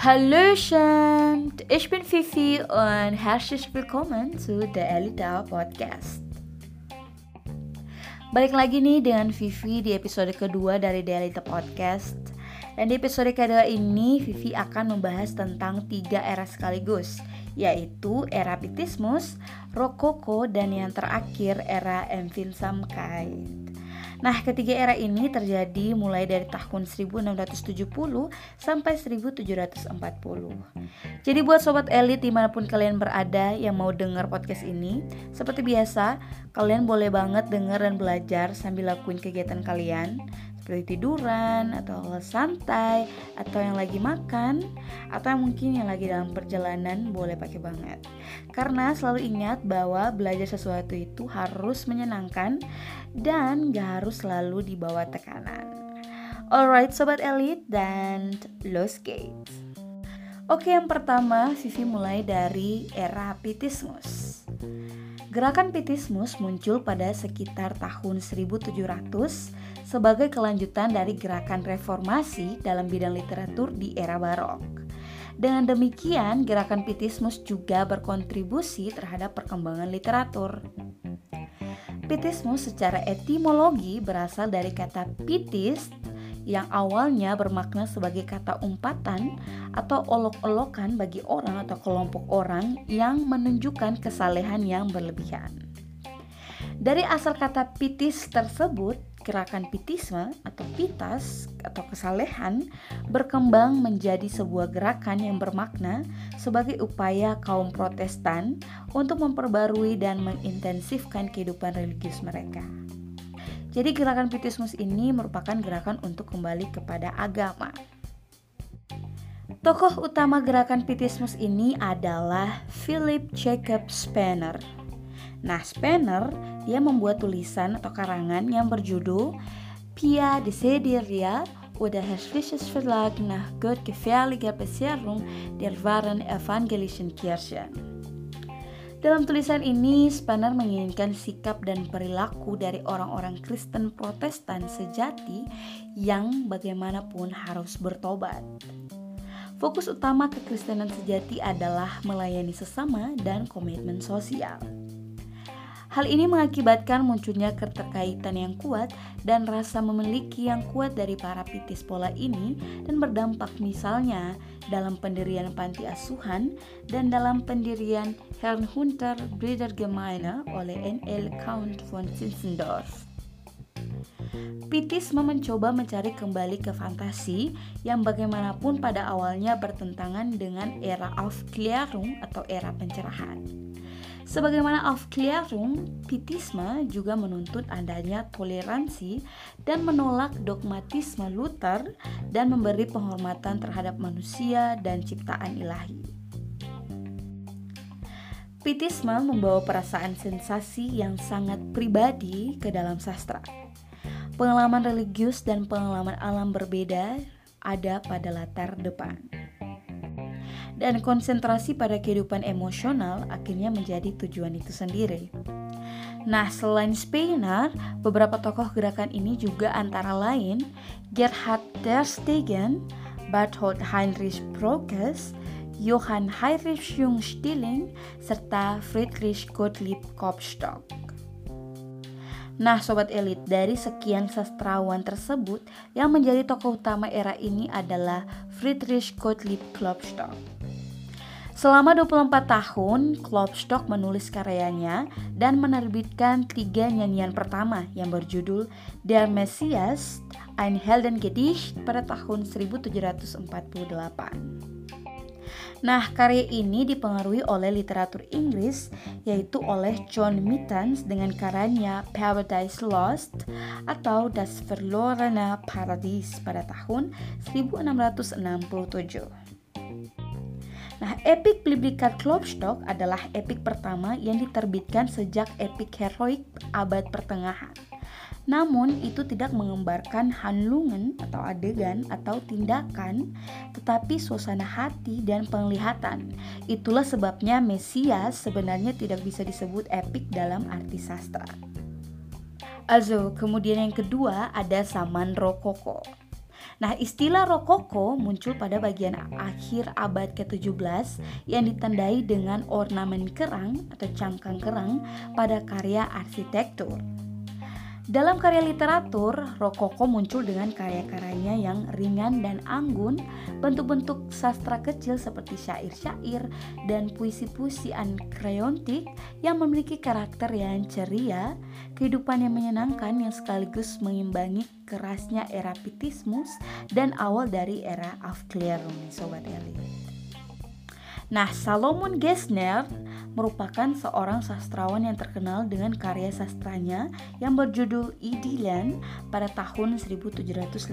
Hallöchen, ich bin Fifi und herzlich willkommen zu The Elita Podcast. Balik lagi nih dengan Fifi di episode kedua dari The Elita Podcast. Dan di episode kedua ini Fifi akan membahas tentang 3 era sekaligus, yaitu era Pietismus, Rokoko, dan yang terakhir era Empfindsamkeit. Nah, ketiga era ini terjadi mulai dari tahun 1670 sampai 1740. Jadi buat sobat elit dimanapun kalian berada yang mau dengar podcast ini, seperti biasa, kalian boleh banget denger dan belajar sambil lakuin kegiatan kalian, seperti tiduran, atau santai, atau yang lagi makan, atau yang mungkin yang lagi dalam perjalanan, boleh pakai banget. Karena selalu ingat bahwa belajar sesuatu itu harus menyenangkan dan gak harus selalu di bawah tekanan. Alright sobat elit, dan Los Gates. Oke, yang pertama Vivi mulai dari era Pietismus. Gerakan Pietismus muncul pada sekitar tahun 1700 sebagai kelanjutan dari gerakan reformasi dalam bidang literatur di era barok. Dengan demikian, gerakan Pietismus juga berkontribusi terhadap perkembangan literatur. Pietismus secara etimologi berasal dari kata pietis yang awalnya bermakna sebagai kata umpatan atau olok-olokan bagi orang atau kelompok orang yang menunjukkan kesalehan yang berlebihan. Dari asal kata pietis tersebut, gerakan pietisme atau pitas atau kesalehan berkembang menjadi sebuah gerakan yang bermakna sebagai upaya kaum Protestan untuk memperbarui dan mengintensifkan kehidupan religius mereka. Jadi gerakan Pietismus ini merupakan gerakan untuk kembali kepada agama. Tokoh utama gerakan Pietismus ini adalah Philip Jacob Spener. Nah, Spener dia membuat tulisan atau karangan yang berjudul Pia Desideria oder Herrliches Verlag nach gottgefährlicher Besserung der wahren evangelischen Kirche. Dalam tulisan ini, Spener menginginkan sikap dan perilaku dari orang-orang Kristen Protestan sejati yang bagaimanapun harus bertobat. Fokus utama kekristenan sejati adalah melayani sesama dan komitmen sosial. Hal ini mengakibatkan munculnya keterkaitan yang kuat dan rasa memiliki yang kuat dari para pietis pola ini dan berdampak misalnya dalam pendirian panti asuhan dan dalam pendirian Herrnhuter Brüdergemeine oleh N.L. Count von Zinzendorf. Pietisme mencoba mencari kembali ke fantasi yang bagaimanapun pada awalnya bertentangan dengan era Aufklärung atau era pencerahan. Sebagaimana Aufklärung, Pietisme juga menuntut adanya toleransi dan menolak dogmatisme Luther dan memberi penghormatan terhadap manusia dan ciptaan ilahi. Pietisme membawa perasaan sensasi yang sangat pribadi ke dalam sastra. Pengalaman religius dan pengalaman alam berbeda ada pada latar depan. Dan konsentrasi pada kehidupan emosional akhirnya menjadi tujuan itu sendiri. Nah, selain Spener, beberapa tokoh gerakan ini juga antara lain Gerhard der Stegen, Berthold Heinrich Brokes, Johann Heinrich Jung-Stilling, serta Friedrich Gottlieb Klopstock. Nah, sobat elit, dari sekian sastrawan tersebut, yang menjadi tokoh utama era ini adalah Friedrich Gottlieb Klopstock. Selama 24 tahun, Klopstock menulis karyanya dan menerbitkan 3 nyanyian pertama yang berjudul Der Messias, ein Heldengedicht pada tahun 1748. Nah, karya ini dipengaruhi oleh literatur Inggris, yaitu oleh John Mittens dengan karyanya Paradise Lost atau Das verlorene Paradies pada tahun 1667. Nah, epik Biblical Klopstock adalah epik pertama yang diterbitkan sejak epik heroik abad pertengahan. Namun, itu tidak mengembarkan handlungen atau adegan atau tindakan, tetapi suasana hati dan penglihatan. Itulah sebabnya Mesias sebenarnya tidak bisa disebut epik dalam arti sastra. Also, kemudian yang kedua ada zaman Rokoko. Nah, istilah rokoko muncul pada bagian akhir abad ke-17 yang ditandai dengan ornamen kerang atau cangkang kerang pada karya arsitektur. Dalam karya literatur, rokoko muncul dengan karya-karyanya yang ringan dan anggun, bentuk-bentuk sastra kecil seperti syair-syair dan puisi-puisi anakreontik yang memiliki karakter yang ceria, kehidupan yang menyenangkan yang sekaligus mengimbangi kerasnya era Pietismus dan awal dari era Aufklärung, Sobat Elit. Nah, Salomon Gessner merupakan seorang sastrawan yang terkenal dengan karya sastranya yang berjudul Idyllien pada tahun 1756.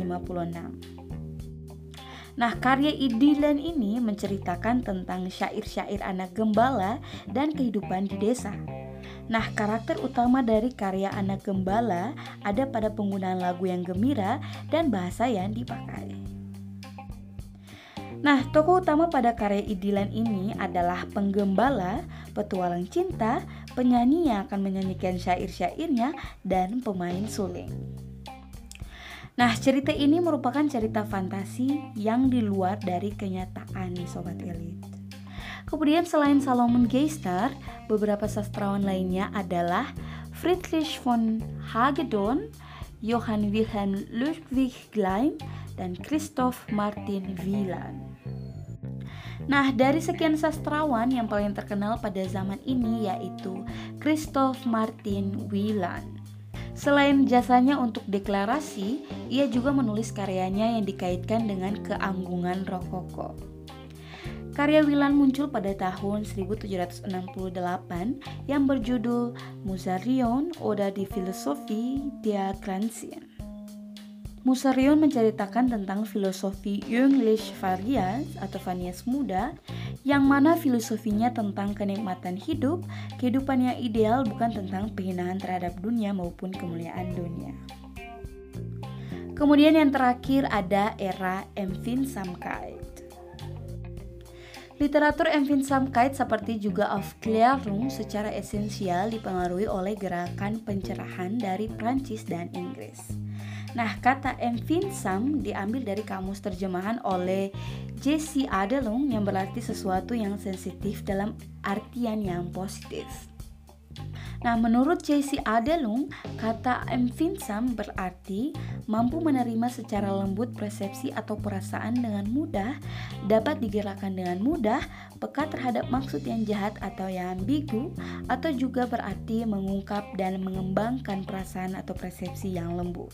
Nah, karya Idyllien ini menceritakan tentang syair-syair anak gembala dan kehidupan di desa. Nah, karakter utama dari karya anak gembala ada pada penggunaan lagu yang gembira dan bahasa yang dipakai. Nah, tokoh utama pada karya Idyllien ini adalah penggembala, petualang cinta, penyanyi yang akan menyanyikan syair-syairnya, dan pemain suling. Nah, cerita ini merupakan cerita fantasi yang di luar dari kenyataan nih Sobat Elit. Kemudian selain Salomon Gessner, beberapa sastrawan lainnya adalah Friedrich von Hagedorn, Johann Wilhelm Ludwig Gleim, dan Christoph Martin Wieland. Nah, dari sekian sastrawan yang paling terkenal pada zaman ini yaitu Christoph Martin Wieland. Selain jasanya untuk deklarasi, ia juga menulis karyanya yang dikaitkan dengan keanggungan rokoko. Karya Wieland muncul pada tahun 1768 yang berjudul Musarion oder die Philosophie der Grenzen. Musarion menceritakan tentang filosofi Jünglich Varias atau Vanias muda, yang mana filosofinya tentang kenikmatan hidup, kehidupan yang ideal, bukan tentang penghinaan terhadap dunia maupun kemuliaan dunia. Kemudian yang terakhir ada era Empfindsamkeit. Literatur Empfindsamkeit seperti juga Aufklärung secara esensial dipengaruhi oleh gerakan pencerahan dari Prancis dan Inggris. Nah, kata empfindsam diambil dari kamus terjemahan oleh J.C. Adelung yang berarti sesuatu yang sensitif dalam artian yang positif. Nah, menurut J.C. Adelung, kata empfindsam berarti mampu menerima secara lembut persepsi atau perasaan dengan mudah, dapat digerakkan dengan mudah, peka terhadap maksud yang jahat atau yang ambigu, atau juga berarti mengungkap dan mengembangkan perasaan atau persepsi yang lembut.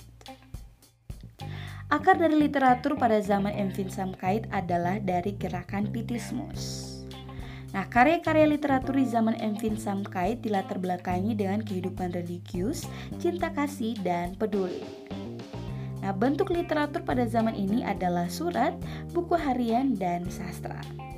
Akar dari literatur pada zaman Empfindsamkeit adalah dari gerakan Pietismus. Nah, karya-karya literatur di zaman Empfindsamkeit dilatar belakangi dengan kehidupan religius, cinta kasih, dan peduli. Nah, bentuk literatur pada zaman ini adalah surat, buku harian, dan sastra.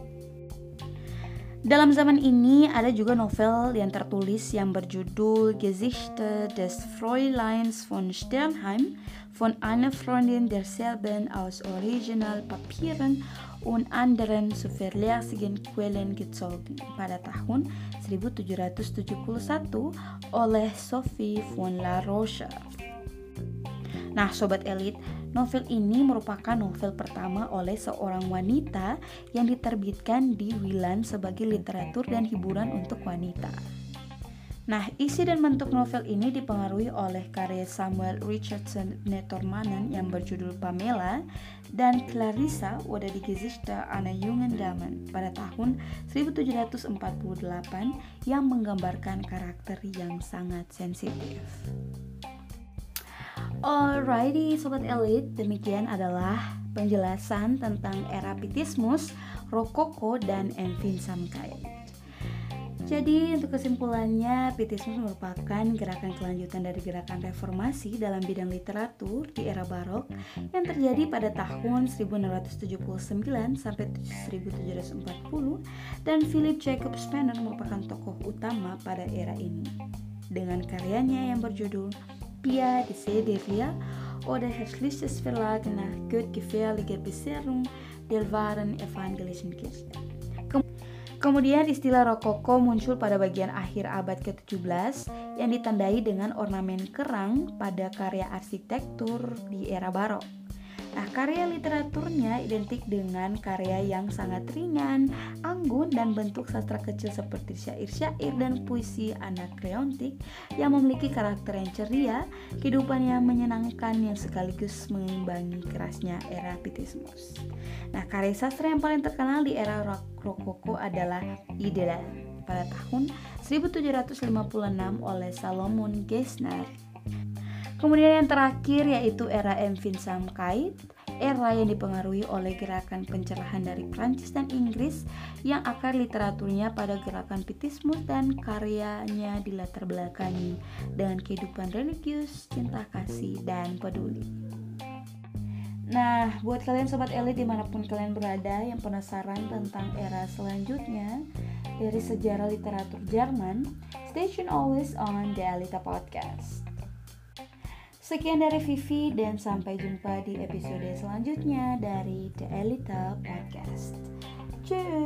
Dalam zaman ini ada juga novel yang tertulis yang berjudul Gesichte des Fräuleins von Sternheim von einer Freundin derselben aus Originalpapieren und anderen zuverlässigen Quellen gezogen pada tahun 1771 oleh Sophie von La Roche. Nah, Sobat Elit, novel ini merupakan novel pertama oleh seorang wanita yang diterbitkan di Wieland sebagai literatur dan hiburan untuk wanita. Nah, isi dan bentuk novel ini dipengaruhi oleh karya Samuel Richardson Nettermannen yang berjudul Pamela dan Clarissa oder die Gesichte einer jungen Dame pada tahun 1748 yang menggambarkan karakter yang sangat sensitif. Alrighty Sobat Elit, demikian adalah penjelasan tentang era Pietismus, Rokoko, dan Empfindsamkeit. Jadi untuk kesimpulannya, Pietismus merupakan gerakan kelanjutan dari gerakan reformasi dalam bidang literatur di era barok yang terjadi pada tahun 1679 sampai 1740, dan Philip Jacob Spener merupakan tokoh utama pada era ini dengan karyanya yang berjudul Pia die Seederia oder Hässliches Verlag nach Gottgefährlicher Besserung der wahren evangelischen Kirche. Kemudian istilah rokoko muncul pada bagian akhir abad ke-17 yang ditandai dengan ornamen kerang pada karya arsitektur di era barok. Nah, karya literaturnya identik dengan karya yang sangat ringan, anggun, dan bentuk sastra kecil seperti syair-syair dan puisi anakreontik yang memiliki karakter yang ceria, kehidupan yang menyenangkan yang sekaligus mengimbangi kerasnya era Pietismus. Nah, karya sastra yang paling terkenal di era Rokoko adalah Idylla pada tahun 1756 oleh Salomon Gessner. Kemudian yang terakhir yaitu era M. Vincent Caid, era yang dipengaruhi oleh gerakan pencerahan dari Prancis dan Inggris yang akar literaturnya pada gerakan Pietismus dan karyanya dilatar belakangi dengan kehidupan religius, cinta kasih, dan peduli. Nah, buat kalian sobat elit dimanapun kalian berada yang penasaran tentang era selanjutnya dari sejarah literatur Jerman, stay tune always on The Elita Podcast. Sekian dari Vivi dan sampai jumpa di episode selanjutnya dari The Elita Podcast. Cheers!